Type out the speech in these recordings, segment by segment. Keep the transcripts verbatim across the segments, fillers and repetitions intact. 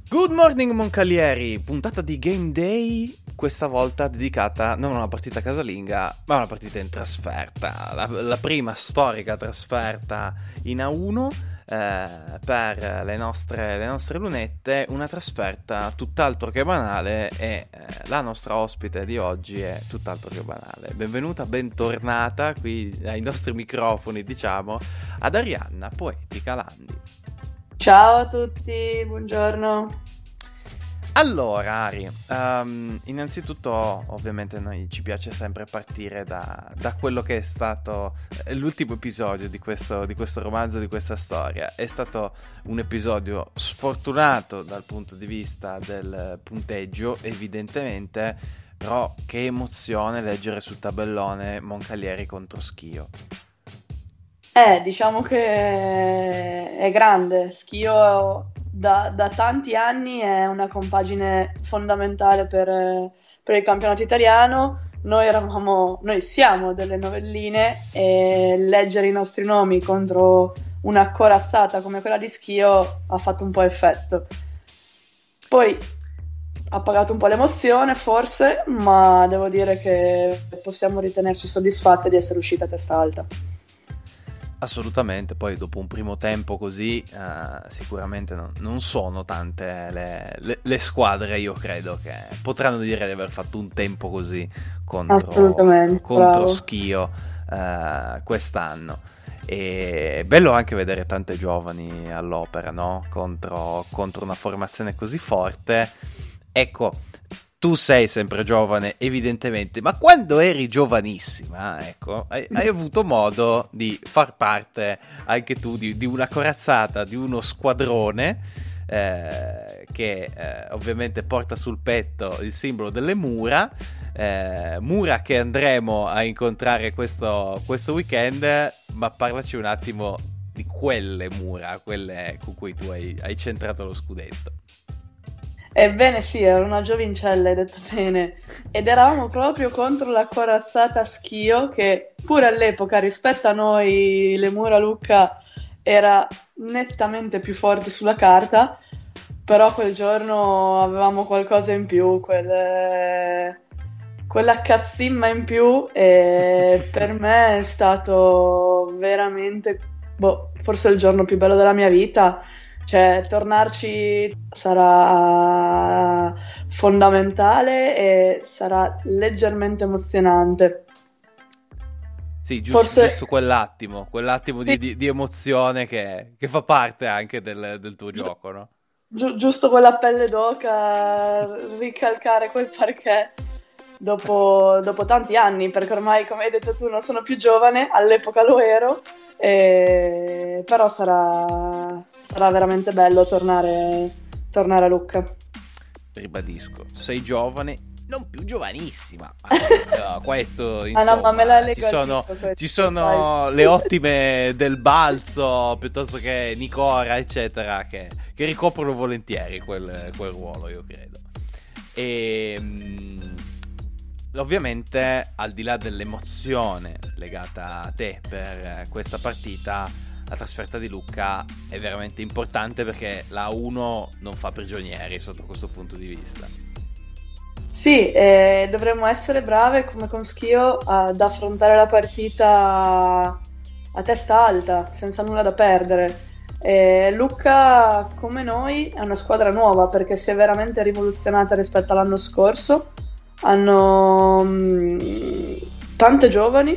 Good morning Moncalieri, puntata di Game Day, questa volta dedicata non a una partita casalinga, ma a una partita in trasferta, la, la prima storica trasferta in A uno eh, per le nostre, le nostre lunette, una trasferta tutt'altro che banale e eh, la nostra ospite di oggi è tutt'altro che banale. Benvenuta, bentornata qui ai nostri microfoni, diciamo, ad Arianna Poetica Landi. Ciao a tutti, buongiorno. Allora, Ari, um, innanzitutto ovviamente noi ci piace sempre partire da, da quello che è stato eh, l'ultimo episodio di questo, di questo romanzo, di questa storia. È stato un episodio sfortunato dal punto di vista del punteggio, evidentemente, però che emozione leggere sul tabellone Moncalieri contro Schio. Eh, diciamo che è grande. Schio da, da tanti anni è una compagine fondamentale per, per il campionato italiano. Noi eravamo, noi siamo delle novelline e leggere i nostri nomi contro una corazzata come quella di Schio ha fatto un po' effetto. Poi ha pagato un po' l'emozione, forse, ma devo dire che possiamo ritenerci soddisfatte di essere uscite a testa alta. Assolutamente, poi dopo un primo tempo così uh, sicuramente non, non sono tante le, le, le squadre, io credo, che potranno dire di aver fatto un tempo così contro, contro Schio uh, quest'anno. E bello anche vedere tante giovani all'opera, no? Contro, contro una formazione così forte. Ecco, tu sei sempre giovane, evidentemente, ma quando eri giovanissima, ecco, hai, hai avuto modo di far parte anche tu di, di una corazzata, di uno squadrone eh, che eh, ovviamente porta sul petto il simbolo delle Mura, eh, Mura che andremo a incontrare questo, questo weekend, ma parlaci un attimo di quelle Mura, quelle con cui tu hai, hai centrato lo scudetto. Ebbene sì, era una giovincella, hai detto bene, ed eravamo proprio contro la corazzata Schio che pure all'epoca rispetto a noi le Mura Lucca era nettamente più forte sulla carta, però quel giorno avevamo qualcosa in più, quel, quella cazzimma in più e per me è stato veramente, boh, forse il giorno più bello della mia vita. Cioè, tornarci sarà fondamentale e sarà leggermente emozionante. Sì, giusto, Forse... giusto quell'attimo, quell'attimo sì. di, di, di emozione che, che fa parte anche del, del tuo Gi- gioco, no? Gi- giusto quella pelle d'oca, ricalcare quel parquet dopo, dopo tanti anni, perché ormai, come hai detto tu, non sono più giovane, all'epoca lo ero. E... però sarà sarà veramente bello tornare tornare a Lucca. Ribadisco, sei giovane, non più giovanissima. Questo, questo insomma, ah no, ma me la ci sono, questo, ci sono le ottime del balzo piuttosto che Nicora, eccetera, che, che ricoprono volentieri quel, quel ruolo, io credo. E ovviamente, al di là dell'emozione legata a te per questa partita, la trasferta di Lucca è veramente importante perché la A uno non fa prigionieri sotto questo punto di vista. Sì, eh, dovremmo essere brave come con Schio ad affrontare la partita a testa alta, senza nulla da perdere. Eh, Lucca, come noi, è una squadra nuova perché si è veramente rivoluzionata rispetto all'anno scorso. Hanno mh, tante giovani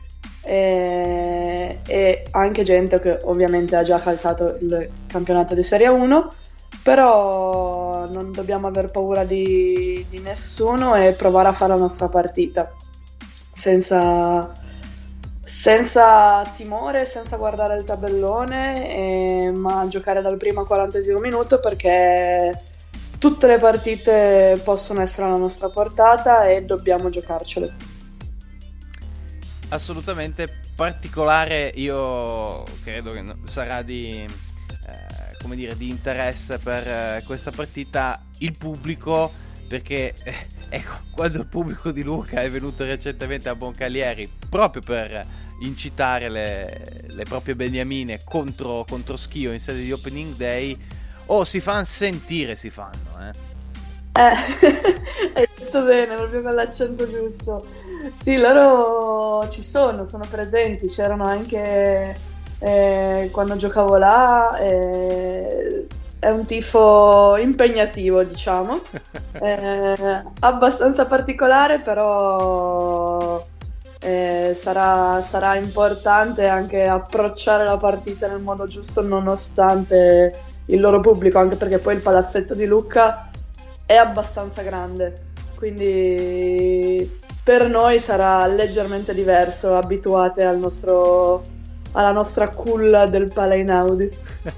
e, e anche gente che ovviamente ha già calcato il campionato di Serie uno, però non dobbiamo aver paura di, di nessuno e provare a fare la nostra partita senza, senza timore, senza guardare il tabellone, e, ma giocare dal primo al quarantesimo minuto, perché tutte le partite possono essere alla nostra portata e dobbiamo giocarcele. Assolutamente particolare, io credo che sarà di, eh, come dire, di interesse per eh, questa partita il pubblico, perché eh, ecco, quando il pubblico di Lucca è venuto recentemente a Moncalieri proprio per incitare le, le proprie beniamine contro, contro Schio in sede di Opening Day, Oh, si fanno sentire, si fanno, eh. Eh, hai detto bene, proprio con l'accento giusto. Sì, loro ci sono, sono presenti, c'erano anche eh, quando giocavo là. Eh, è un tifo impegnativo, diciamo, eh, abbastanza particolare, però eh, sarà, sarà importante anche approcciare la partita nel modo giusto nonostante il loro pubblico, anche perché poi il palazzetto di Lucca è abbastanza grande, quindi per noi sarà leggermente diverso, abituate al nostro, alla nostra culla del Palainaudi.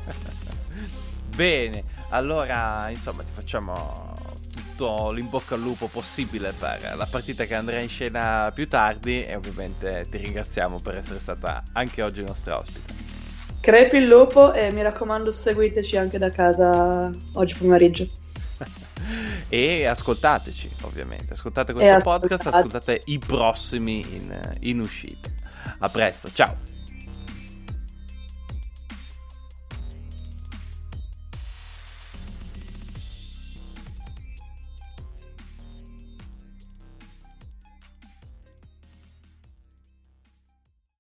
Bene, allora insomma ti facciamo tutto l'imbocca al lupo possibile per la partita che andrà in scena più tardi e ovviamente ti ringraziamo per essere stata anche oggi nostra ospite. Crepi il lupo e mi raccomando seguiteci anche da casa oggi pomeriggio. E ascoltateci, ovviamente, ascoltate questo podcast, ascoltate i prossimi in, in uscita. A presto, ciao!